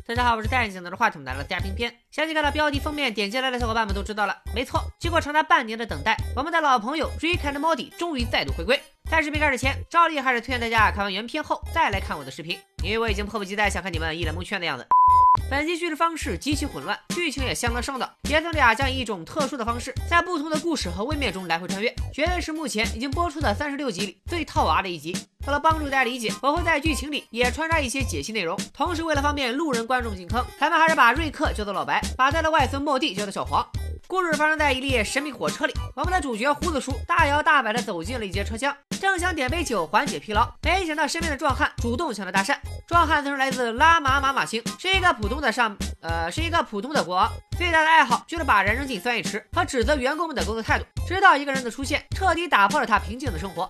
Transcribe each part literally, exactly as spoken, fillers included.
大家好，我是戴眼镜拿着话筒来了嘉宾篇。相信看到标题封面点进来的小伙伴们都知道了，没错，经过长达半年的等待，我们的老朋友 Rick and Morty 终于再度回归。在视频开始前，照例还是推荐大家看完原片后再来看我的视频，因为我已经迫不及待想看你们一脸蒙圈的样子。本集叙事方式极其混乱，剧情也相当上岛。爷孙俩将以一种特殊的方式，在不同的故事和位面中来回穿越，绝对是目前已经播出的三十六集里最套娃的一集。为了帮助大家理解，我会在剧情里也穿插一些解析内容，同时为了方便路人观众进坑，咱们还是把瑞克叫做老白，把他的外孙莫蒂叫做小黄。故事发生在一列神秘火车里，我们的主角胡子叔大摇大摆地走进了一节车厢，正想点杯酒缓解疲劳，没想到身边的壮汉主动向他搭讪。壮汉曾是来自拉玛玛玛星，是一个普通的上呃是一个普通的国王，最大的爱好就是把人扔进酸液池和指责员工们的工作态度。直到一个人的出现，彻底打破了他平静的生活。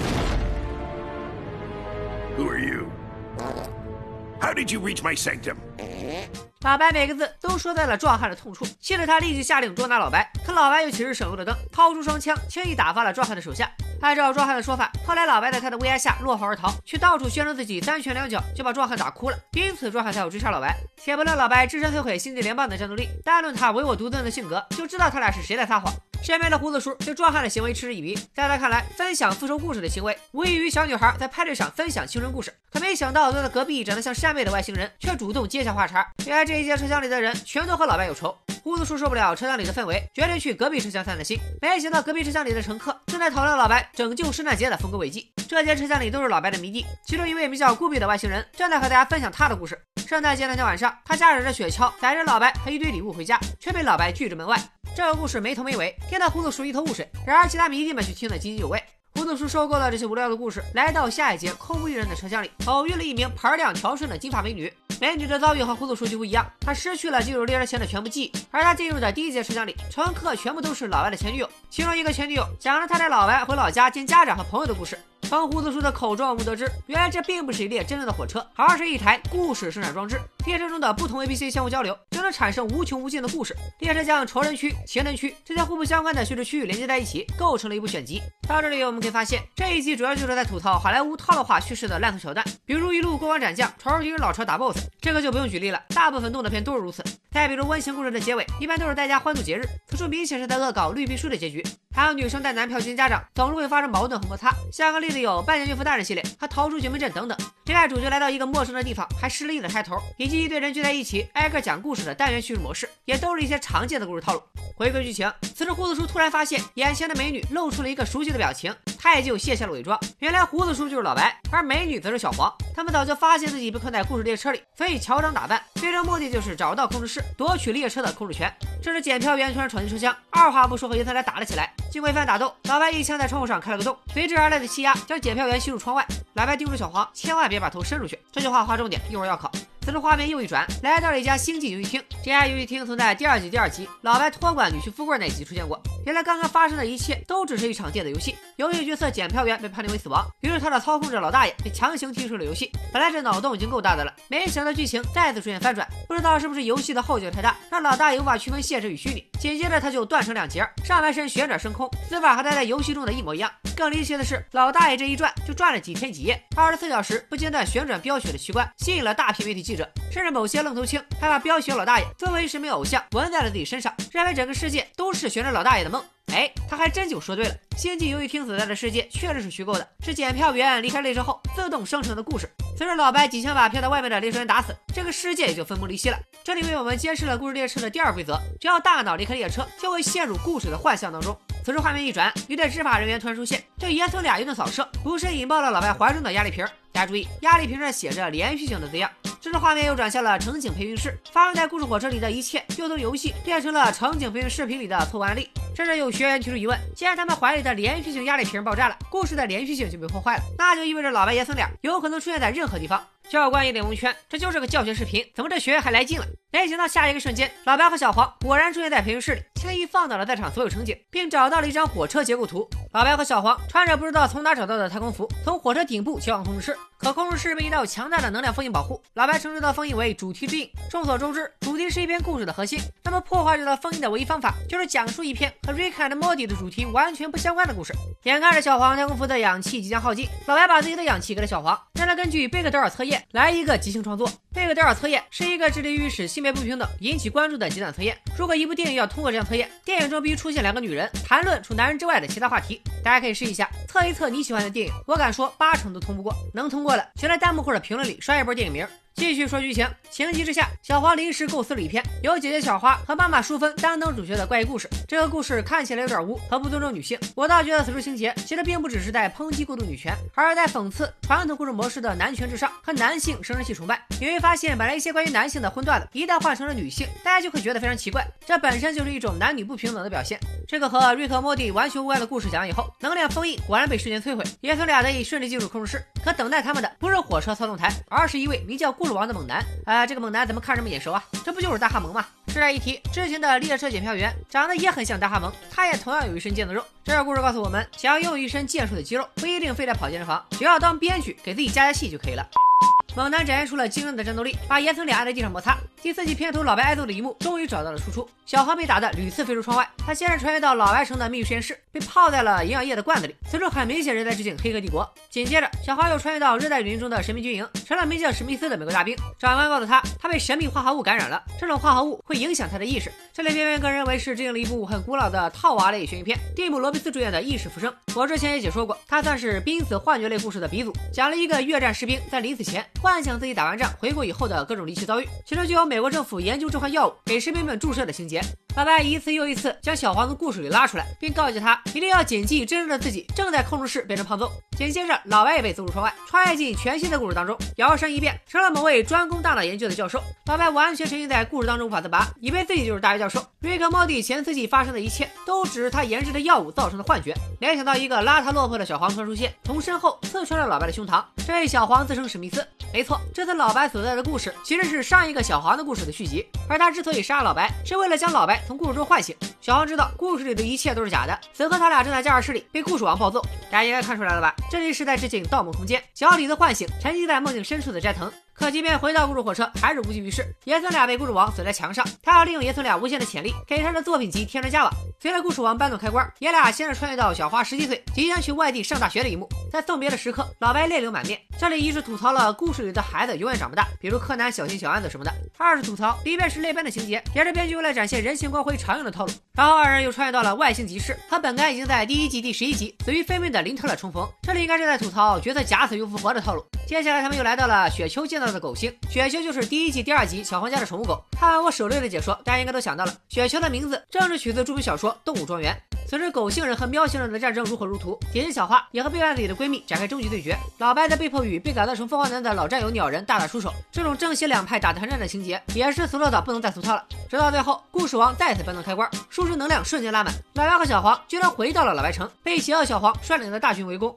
Who are you? How did you reach my sanctum? 老白每个字都说在了壮汉的痛处，气得他立即下令捉拿老白。可老白又岂是省油的灯，掏出双枪，轻易打发了壮汉的手下。按照壮汉的说法，后来老白在他的威压下落荒而逃，却到处宣称自己三拳两脚就把壮汉打哭了，因此壮汉才有追杀老白。且不论老白只身摧毁星际联邦的战斗力，单论他唯我独尊的性格，就知道他俩是谁在撒谎。身边的胡子叔对壮汉的行为嗤之以鼻，在他看来，分享复仇故事的行为无异于小女孩在派对上分享青春故事。可没想到，坐在隔壁长得像扇贝的外星人却主动接下话茬，原来这一节车厢里的人全都和老白有仇。胡子叔受不了车厢里的氛围，决定去隔壁车厢散散心。没想到隔壁车厢里的乘客正在讨论老白拯救圣诞节的丰功伟绩。这节车厢里都是老白的迷弟，其中一位名叫顾比的外星人正在和大家分享他的故事。圣诞节那天晚上，他驾驶着雪橇载着老白和一堆礼物回家，却被老白拒之门外。这个故事没头没尾，听得胡子叔一头雾水。然而其他迷弟们却听得津津有味。胡子叔受够了这些无聊的故事，来到下一节空无一人的车厢里，偶遇了一名牌量调顺的金发美女。美女的遭遇和胡子叔几乎一样，她失去了进入列车前的全部记忆。而她进入的第一节车厢里，乘客全部都是老白的前女友，其中一个前女友讲了她带老白回老家见家长和朋友的故事。从胡子叔的口中，我们得知，原来这并不是一列真正的火车，而是一台故事生产装置。列车中的不同 A P C 相互交流，就能产生无穷无尽的故事。列车将仇人区、情人区这些互不相关的叙事区域连接在一起，构成了一部选集。到这里，我们可以发现，这一集主要就是在吐槽好莱坞套路化叙事的烂俗桥段，比如一路过关斩将，闯入敌人老巢打 boss， 这个就不用举例了，大部分动作片都是如此。再比如温情故事的结尾，一般都是大家欢度节日，此处明显是在恶搞绿皮书的结局。还有女生带男票见家长，总是会发生矛盾和摩擦。像个例子有《半年岳父大人》系列和《逃出绝命镇》等等。另外，主角来到一个陌生的地方，还失了忆的开头，以及一堆人聚在一起挨个讲故事的单元叙事模式，也都是一些常见的故事套路。回归剧情，此时胡子叔突然发现眼前的美女露出了一个熟悉的表情，他也就卸下了伪装。原来胡子叔就是老白，而美女则是小黄。他们早就发现自己被困在故事列车里，所以乔装打扮，最终目的就是找到控制室，夺取列车的控制权。这时检票员突然闯进车厢，二话不说和爷孙俩打了起来。经过一番打斗，老白一枪在窗户上开了个洞，随之而来的气压将检票员吸入窗外。老白叮嘱小黄千万别把头伸出去，这句话划重点，一会儿要考。此时画面又一转，来到了一家星际游戏厅。这家游戏厅曾在第二季第二集老白托管女婿富贵那集出现过。原来刚刚发生的一切都只是一场电子游戏，游戏角色检票员被判定为死亡，于是他的操控者老大爷被强行踢出了游戏。本来这脑洞已经够大的了，没想到剧情再次出现翻转，不知道是不是游戏的后劲太大，让老大爷无法区分现实与虚拟。紧接着他就断成两截，上半身旋转升空，死法和他在游戏中的一模一样。更离奇的是，老大爷这一转就转了几天几夜，二十四小时不间断旋转飙血的奇观，吸引了大批媒体记者，甚至某些愣头青还把飙血老大爷作为神秘偶像纹在了自己身上，认为整个世界都是旋转老大爷的梦。哎，他还真就说对了，星际游戏厅所在的世界确实是虚构的，是检票员离开列车后自动生成的故事。随着老白几枪把飘在外面的列车员打死，这个世界也就分崩离析了。这里为我们揭示了故事列车的第二规则，只要大脑离开列车，就会陷入故事的幻象当中。此时画面一转，一队执法人员突然出现，对爷孙俩一顿扫射，不慎引爆了老白怀中的压力瓶。大家注意，压力瓶上写着连续性的字样。这时画面又转向了乘警培训室，发生在故事火车里的一切就从游戏变成了乘警培训视频里的错误案例。甚至有学员提出疑问，既然他们怀里的连续性压力瓶爆炸了，故事的连续性就被破坏了，那就意味着老白爷孙俩有可能出现在任何地方。教官一脸蒙圈，这就是个教学视频，怎么这学员还来劲了？没想到下一个瞬间，老白和小黄果然出现在培训室里，轻易放倒了在场所有乘警，并找到了一张火车结构图。老白和小黄穿着不知道从哪找到的太空服，从火车顶部前往控制室。可控制室被一道强大的能量封印保护，老白称这道封印为主题之印。众所周知，主题是一篇故事的核心，那么破坏这道封印的唯一方法就是讲述一篇和 Rick and Morty 的主题完全不相关的故事。眼看着小黄太空服的氧气即将耗尽，老白把自己的氧气给了小黄，让他根据贝克德尔测验验，来一个即兴创作。贝格德尔测验是一个致力于使性别不平等引起关注的极端测验。如果一部电影要通过这项测验，电影中必须出现两个女人谈论除男人之外的其他话题。大家可以试一下，测一测你喜欢的电影，我敢说八成都通不过。能通过的，请在弹幕或者评论里刷一波电影名。继续说剧情，情急之下，小黄临时构思了一篇由姐姐小花和妈妈淑芬担当主角的怪异故事。这个故事看起来有点污和不尊重女性，我倒觉得此处情节其实并不只是在抨击过度女权，而是在讽刺传统故事模式的男权至上和男性生殖器崇拜。你会发现，本来一些关于男性的荤段子，一旦换成了女性，大家就会觉得非常奇怪，这本身就是一种男女不平等的表现。这个和瑞克莫蒂完全无关的故事讲完以后，能量封印果然被时间摧毁，爷孙俩得以顺利进入控制室。可等待他们的不是火车操纵台，而是一位名叫故事王的猛男。啊、呃，这个猛男怎么看这么眼熟啊？这不就是大哈蒙吗？顺带一提，之前的列车检票员长得也很像大哈蒙，他也同样有一身腱子肉。这个故事告诉我们，想要拥有一身健硕的肌肉，不一定非得跑健身房，只要当编剧给自己加加戏就可以了。猛男展现出了惊人的战斗力，把爷孙俩按在地上摩擦。第四季片头老白挨揍的一幕终于找到了出处，小黄被打得屡次飞出窗外，他先是穿越到老白城的秘密实验室，被泡在了营养液的罐子里，此处很明显是在致敬黑客帝国。紧接着小黄又穿越到热带雨林中的神秘军营，成了名叫史密斯的美国大兵。长官告诉他，他被神秘化合物感染了，这种化合物会影响他的意识。这类片片个人认为是致敬了一部很古老的套娃类悬疑片，蒂姆·罗宾斯主演的《意识浮生》。我之前也解说过，他算是濒死幻觉类故事的鼻祖，讲了一个越战士兵在临死前幻想自己打完仗回国以后的各种离奇遭遇，其中就有美国政府研究这款药物给士兵们注射的情节。老白一次又一次将小黄从故事里拉出来，并告诫他一定要谨记真正的自己正在控制室变成胖揍。紧接着老白也被揍入窗外，穿越进全新的故事当中，摇身一变成了某位专攻大脑研究的教授。老白完全沉浸在故事当中无法自拔，以为自己就是大学教授。瑞克莫蒂前四季发生的一切都只是他研制的药物造成的幻觉。联想到一个邋遢落魄的小黄突然出现，从身后刺穿了老白的胸膛，这位小黄自称史密斯。没错，这次老白所在的故事其实是上一个小黄的故事的续集，而他之所以杀老白，是为了将老白从故事中唤醒。小黄知道故事里的一切都是假的，此刻他俩正在驾驶室里被故事王暴揍。大家应该看出来了吧？这里是在致敬《盗梦空间》，小李子唤醒沉浸在梦境深处的斋藤。可即便回到故事火车，还是无济于事。爷孙俩被故事王锁在墙上，他要利用爷孙俩无限的潜力，给他的作品集添砖加瓦。随着故事王搬动开关，爷俩先是穿越到小花十七岁即将去外地上大学的一幕。在送别的时刻，老白泪流满面。这里一是吐槽了故事里的孩子永远长不大，比如柯南、小新、小安子什么的；二是吐槽里边是泪奔的情节，也是编剧为了展现人性光辉常用的套路。然后二人又穿越到了外星集市，和本该已经在第一季第十一集死于非命的林特勒重逢。这里应该是在吐槽角色假死又复活的套路。接下来他们又来到了雪球见到的狗星，雪球就是第一季第二集小黄家的宠物狗。看完我手略的解说，大家应该都想到了，雪球的名字正是取自著名小说《动物庄园》。随着狗星人和喵星人的战争如火如荼，姐姐小花也和被案子里的闺蜜展开终极对决。老白则被迫与被改造成凤凰男的老战友鸟人大打出手。这种正邪两派打团战的情节也是俗到到不能再俗套了。直到最后，故事王再次搬动开关，输出能量瞬间拉满，老白和小黄居然回到了老白城，被邪恶小黄率领的大军围攻。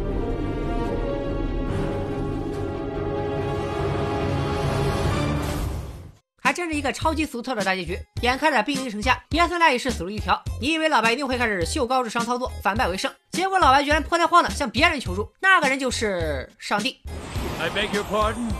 还真是一个超级俗套的大结局。眼看着兵临城下，爷孙俩也是死路一条。你以为老白一定会开始秀高智商操作，反败为胜，结果老白居然破天荒的向别人求助，那个人就是上帝。 I beg your pardon?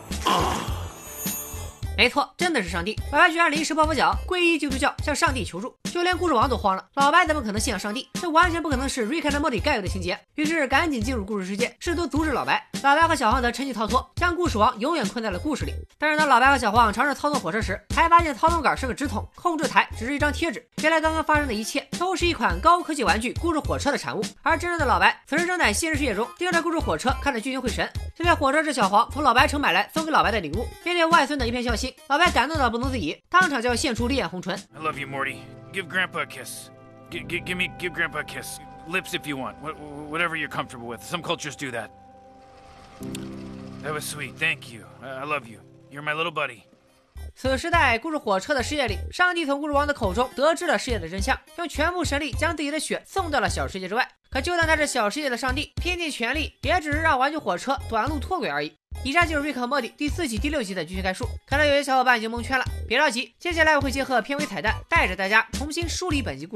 没错，真的是上帝。老白居然临时抱佛脚，皈依基督教，向上帝求助，就连故事王都慌了。老白怎么可能信仰上帝？这完全不可能是 Rick and Morty 该有的情节。于是赶紧进入故事世界，试图阻止老白。老白和小黄则趁机逃脱，将故事王永远困在了故事里。但是当老白和小黄尝试操纵火车时，才发现操纵杆是个直筒，控制台只是一张贴纸。原来刚刚发生的一切都是一款高科技玩具故事火车的产物。而真正的老白此时正在现实世界中盯着故事火车，看着剧情会神。这边火车是小黄从老白城买来送给老白的礼物。面对外孙的一片孝心，老白感动到不能自已，当场就要献出烈焰红唇。 I love you, Morty. Give Grandpa a kiss. G- g- give me, give Grandpa a kiss. Lips if you want. Wh- whatever you're comfortable with. Some cultures do that. That was sweet. Thank you. I, I love you. You're my little buddy. 此时在故事火车的世界里，上帝从故事王的口中得知了世界的真相，用全部神力将自己的血送到了小世界之外。可就算他是小世界的上帝，拼尽全力也只是让玩具火车短路脱轨而已。以上就是瑞克和莫蒂第四季第六集的剧情概述。看来有些小伙伴已经蒙圈了，别着急，接下来我会结合片尾彩蛋，带着大家重新梳理本集故事。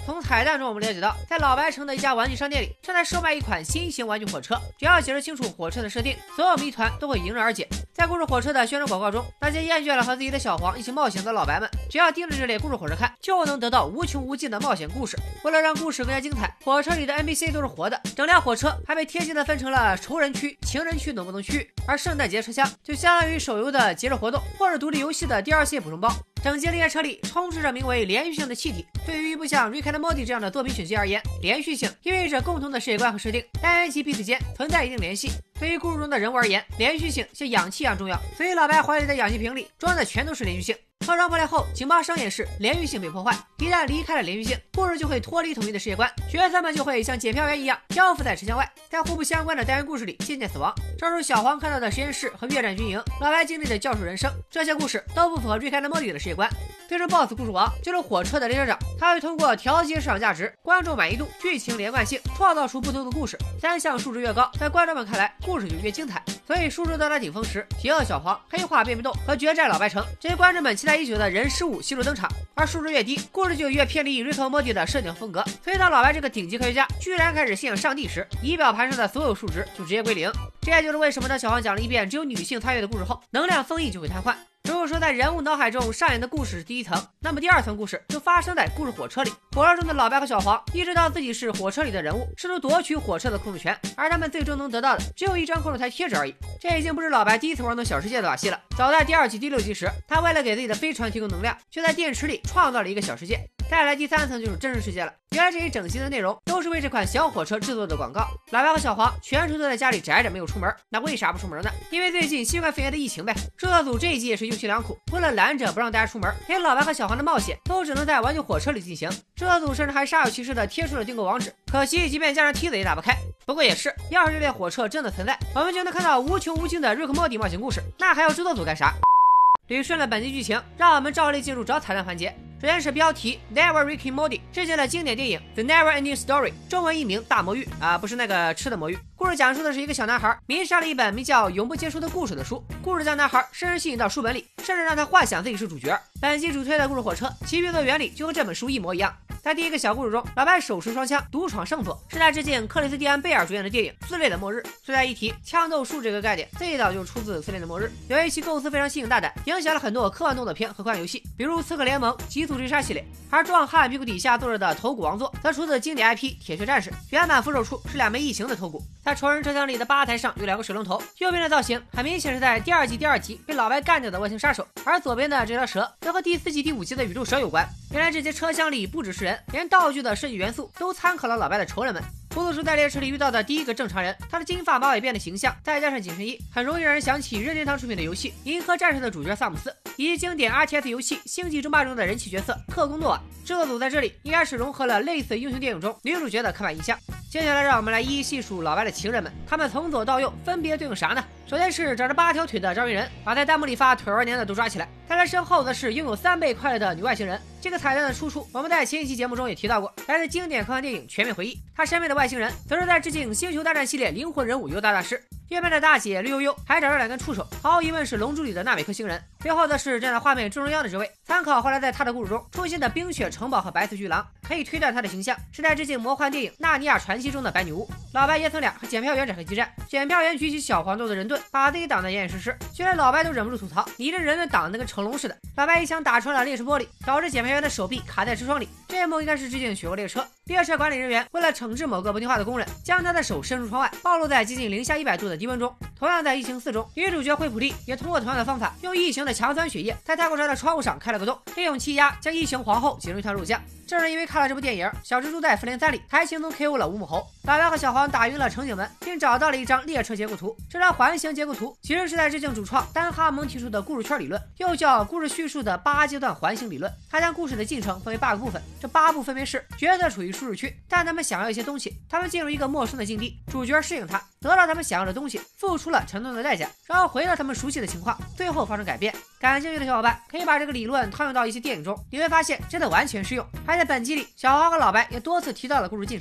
从彩蛋中我们了解到，在老白城的一家玩具商店里，正在售卖一款新型玩具火车。只要解释清楚火车的设定，所有谜团都会迎刃而解。在故事火车的宣传广告中，那些厌倦了和自己的小黄一起冒险的老白们，只要盯着这列故事火车看，就能得到无穷无尽的冒险故事。为了让故事更加精彩，火车里的 N P C 都是活的，整辆火车还被贴心的分成了仇人区、情人区等不同区域。而圣诞节车厢就相当于手游的节日活动或者独立游戏的 D L C 补充包。整节列车里充斥着名为连续性的气体。对于一部像 Rick and Morty 这样的作品选集而言，连续性意味着共同的世界观和设定，单元集彼此间存在一定联系。对于故事中的人物而言，连续性像氧气一样重要，所以老白怀里的氧气瓶里装的全都是连续性。车窗破裂后，警报声也是连续性被破坏。一旦离开了连续性，故事就会脱离统一的世界观，角色们就会像检票员一样漂浮在车厢外，在互不相关的单元故事里渐渐死亡。正如小黄看到的实验室和越战军营，老白经历的教授人生，这些故事都不符合瑞克和莫蒂的世界观。最终 boss 故事王就是火车的列车长，他会通过调节市场价值、观众满意度、剧情连贯性，创造出不同的故事。三项数值越高，在观众们看来，故事就越精彩。所以输出到达顶峰时，邪恶小黄、黑化便秘豆和决战老白城这些观众们期待已久的人事物悉数登场。而数值越低，故事就越偏离瑞克和莫蒂的设定风格。所以当老白这个顶级科学家居然开始信仰上帝时，仪表盘上的所有数值就直接归零。这也就是为什么当小黄讲了一遍只有女性参与的故事后，能量封印就会瘫痪。如果说在人物脑海中上演的故事是第一层，那么第二层故事就发生在故事火车里。火车中的老白和小黄意识到自己是火车里的人物，试图夺取火车的控制权，而他们最终能得到的只有一张控制台贴纸而已。这已经不是老白第一次玩弄小世界的把戏了。早在第二季第六集时，他为了给自己的飞船提供能量，就在电池里创造了一个小世界。再来第三层就是真实世界了。原来这一整集的内容都是为这款小火车制作的广告。老白和小黄全程都在家里宅着，没有出门。那为啥不出门呢？因为最近新冠肺炎的疫情呗。制作组这一集也是用心良苦，为了拦着不让大家出门，连老白和小黄的冒险都只能在玩具火车里进行。制作组甚至还煞有其事的贴出了订购网址，可惜即便加上梯子也打不开。不过也是，要是这列火车真的存在，我们就能看到无穷无尽的瑞克莫蒂冒险故事，那还要制作组干啥？捋顺了本集剧情，让我们照例进入找彩蛋环节。首先是标题 Never Rick and Morty 致敬了经典电影 The Never Ending Story， 中文译名大魔芋啊，不是那个吃的魔芋。故事讲述的是一个小男孩迷上了一本名叫永不结束的故事的书，故事将男孩深深吸引到书本里，甚至让他幻想自己是主角。本集主推的故事火车其运作原理就和这本书一模一样。在第一个小故事中，老白手持双枪独闯圣所，是在致敬克里斯蒂安贝尔主演的电影《撕裂的末日》。顺带一提，枪斗术这个概念最早就出自《撕裂的末日》，由于其构思非常新颖大胆，影响了很多科幻动作片和科幻游戏，比如《刺客联盟》《极速追杀》系列。而壮汉屁股底下坐着的头骨王座，则出自经典 I P《铁血战士》，原版扶手处是两枚异形的头骨。在仇人车厢里的吧台上有两个水龙头，右边的造型很明显是在第二季第二集被老白干掉的外星杀手，而左边的这条蛇则和第四季第五集的宇宙蛇有关。原来这些车厢里不只是人，连道具的设计元素都参考了老白的仇人们。胡子叔在列车里遇到的第一个正常人，他的金发马尾辫的形象，再加上紧身衣，很容易让人想起任天堂出品的游戏《银河战士》的主角萨姆斯，以及经典 R T S 游戏《星际争霸》中的人气角色特工诺瓦。制作组在这里应该是融合了类似英雄电影中女主角的刻板印象。接下来让我们来一一细数老白的情人们，他们从左到右分别对应啥呢？首先是长着八条腿的张云人，把在弹幕里发腿儿年的都抓起来。再来身后的是拥有三倍快乐的女外星人，这个彩蛋的出处我们在前一期节目中也提到过，来自经典科幻电影《全面回忆》。他身边的外星人则是在致敬星球大战系列灵魂人物尤达大师。右边的大姐绿油油还长着两根触手，毫无疑问是龙珠里的纳美克星人。最后的是站在画面正中央的这位，参考后来在他的故事中出现的冰雪城堡和白色巨狼，可以推断他的形象是在致敬魔幻电影《纳尼亚传奇》中的白女巫。老白爷孙俩和检票员展开激战，检票员举起小黄豆的人盾，把自己挡得严严实实，就连老白都忍不住吐槽：“你这人盾挡得跟成龙似的。”老白一枪打穿了列车玻璃，导致检票员的手臂卡在车窗里。这一幕应该是致敬雪国列车。列车管理人员为了惩治某个不听话的工人，将他的手伸出窗外，暴露在接近零下一百度的低温中。同样在异形四中，女主角惠普利也通过同样的方法，用异形的强酸血液在太空船的窗户上开了个洞，利用气压将异形皇后挤成一团肉酱。正是因为看了这部电影，小蜘蛛在复联三里才轻松 K O 了吴母猴。老白和小黄打晕了乘警们，并找到了一张列车结构图。这张环形结构图其实是在致敬主创丹哈蒙提出的故事圈理论，又叫故事叙述的八阶段环形理论。他将故事的进程分为八个部分，这八步分别是：角色处于舒适区，但他们想要一些东西，他们进入一个陌生的境地，主角适应它，得到他们想要的东西，付出了沉重的代价，然后回到他们熟悉的情况，最后发生改变。感兴趣的小伙伴可以把这个理论套用到一些电影中，你会发现真的完全适用。还在本集里，小黄和老白也多次提到了故事进程。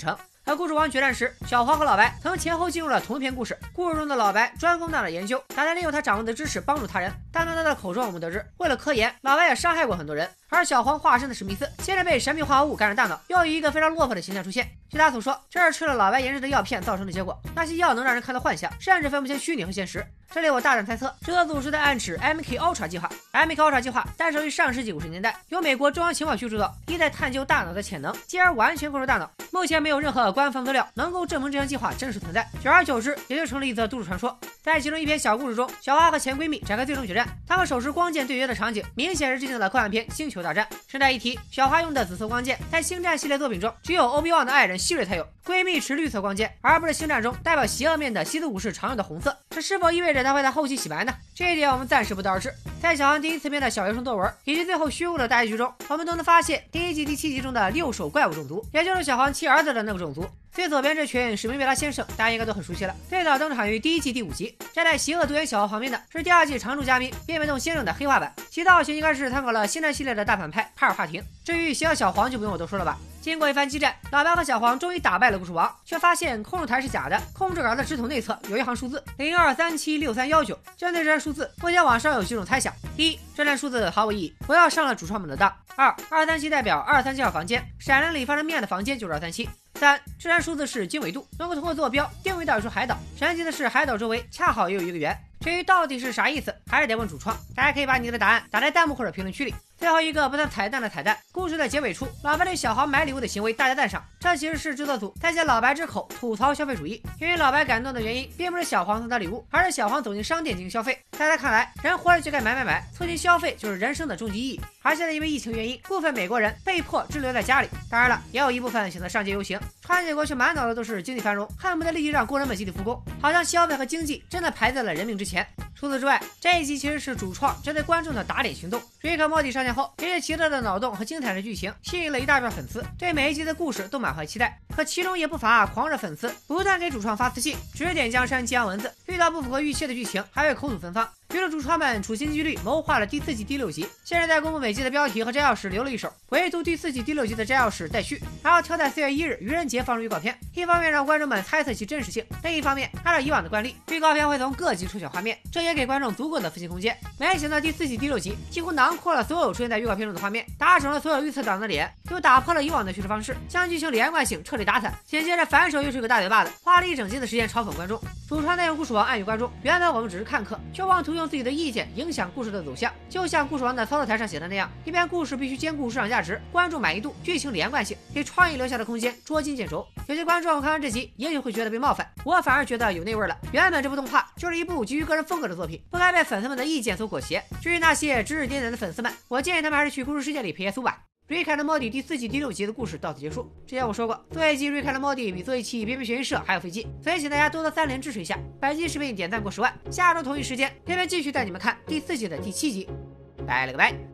和故事王决战时，小黄和老白曾前后进入了同一篇故事。故事中的老白专攻大脑研究，打算利用他掌握的知识帮助他人。但从他的口中，我们得知，为了科研，老白也伤害过很多人。而小黄化身的史密斯，现在被神秘化合物感染大脑，又以一个非常落魄的形象出现。据他所说，这是吃了老白研制的药片造成的结果。那些药能让人看到幻象，甚至分不清虚拟和现实。这里我大胆猜测，这个组织在暗指 M K Ultra 计划。M K Ultra 计划诞生于上世纪五十年代，由美国中央情报局主导，意在探究大脑的潜能，进而完全控制大脑。目前没有任何官方资料能够证明这项计划真实存在，久而久之也就成了一则都市传说。在其中一篇小故事中，小花和前闺蜜展开最终决战，她们手持光剑对决的场景，明显是致敬了科幻片《星球大战》。顺带一提，小花用的紫色光剑在星战系列作品中只有欧比旺的爱人希瑞才有，闺蜜持绿色光剑，而不是星战中代表邪恶面的西斯武士常用的红色。这是否意味着她会在后期洗白呢？这一点我们暂时不得而知。在小黄第一次面的小学生作文以及最后虚无的大结局中，我们都能发现第一季第七集中的六手怪物种族，也就是小黄亲儿子的那个种族。最左边这群史密维拉先生，大家应该都很熟悉了。最早登场于第一季第五集。站在邪恶独眼小黄旁边的是第二季常驻嘉宾变变动先生的黑化版，其造型应该是参考了星战系列的大反派帕尔帕廷。至于邪恶小黄就不用我多说了吧。经过一番激战，老白和小黄终于打败了故事王，却发现控制台是假的。控制杆的直筒内侧有一行数字零二三七六三一九。针对这串数字，目前网上有几种猜想：一，这串数字毫无意义，不要上了主创们的当；二，二三七代表二三七号房间，闪亮里发生命案的房间就是二三七。三，这串数字是经纬度，能够通过坐标定位到一处海岛。神奇的是，海岛周围恰好也有一个圆。至于到底是啥意思，还是得问主创。大家可以把你的答案打在弹幕或者评论区里。最后一个不算彩蛋的彩蛋，故事的结尾处，老白对小黄买礼物的行为大加赞赏，这其实是制作组在借老白之口吐槽消费主义。因为老白感动的原因，并不是小黄送他礼物，而是小黄走进商店进行消费。在他看来，人活着就该买买买，促进消费就是人生的终极意义。而现在因为疫情原因，部分美国人被迫滞留在家里，当然了，也有一部分选择上街游行。川美国却满脑子都是经济繁荣，恨不得立即让工人们集体复工，好像消费和经济真的排在了人命之前。除此之外，这一集其实是主创针对观众的打脸行动。瑞克莫蒂上线后，这些奇特的脑洞和精彩的剧情吸引了一大片粉丝，对每一集的故事都满怀期待。可其中也不乏狂热粉丝不断给主创发私信，指点江山寄洋文字，遇到不符合预期的剧情还会口吐芬芳。于是主创们处心积虑谋划了第四季第六集，现在在公布每集的标题和摘要时留了一手，唯独第四季第六集的摘要时待续，然后挑在四月一日愚人节放入预告片，一方面让观众们猜测其真实性，另一方面按照以往的惯例，预告片会从各集抽选画面，这也给观众足够的分析空间。没想到第四季第六集几乎囊括了所有出现在预告片中的画面，打肿了所有预测党的脸，又打破了以往的叙事方式，将剧情连贯性彻底打散。紧接着反手又是个大嘴巴子，花了一整集的时间嘲讽观众。主创在用故事王暗喻观众，原本我们只是看客，却妄图用自己的意见影响故事的走向，就像故事王的操作台上写的那样，一篇故事必须兼顾市场价值、观众满意度、剧情连贯性，给创意留下的空间捉襟见肘。有些观众看完这集也许会觉得被冒犯，我反而觉得有内味了。原本这部动画就是一部基于个人风格的作品，不该被粉丝们的意见所裹挟。至于那些指指点点的粉丝们，我建议他们还是去故事世界里陪耶稣吧。瑞克和莫蒂第四季第六集的故事到此结束。之前我说过，做一集瑞克和莫蒂比做一期边边学院社还要费劲，所以请大家多多三连支持一下。本期视频点赞过十万，下周同一时间，偏偏继续带你们看第四季的第七集。拜了个拜。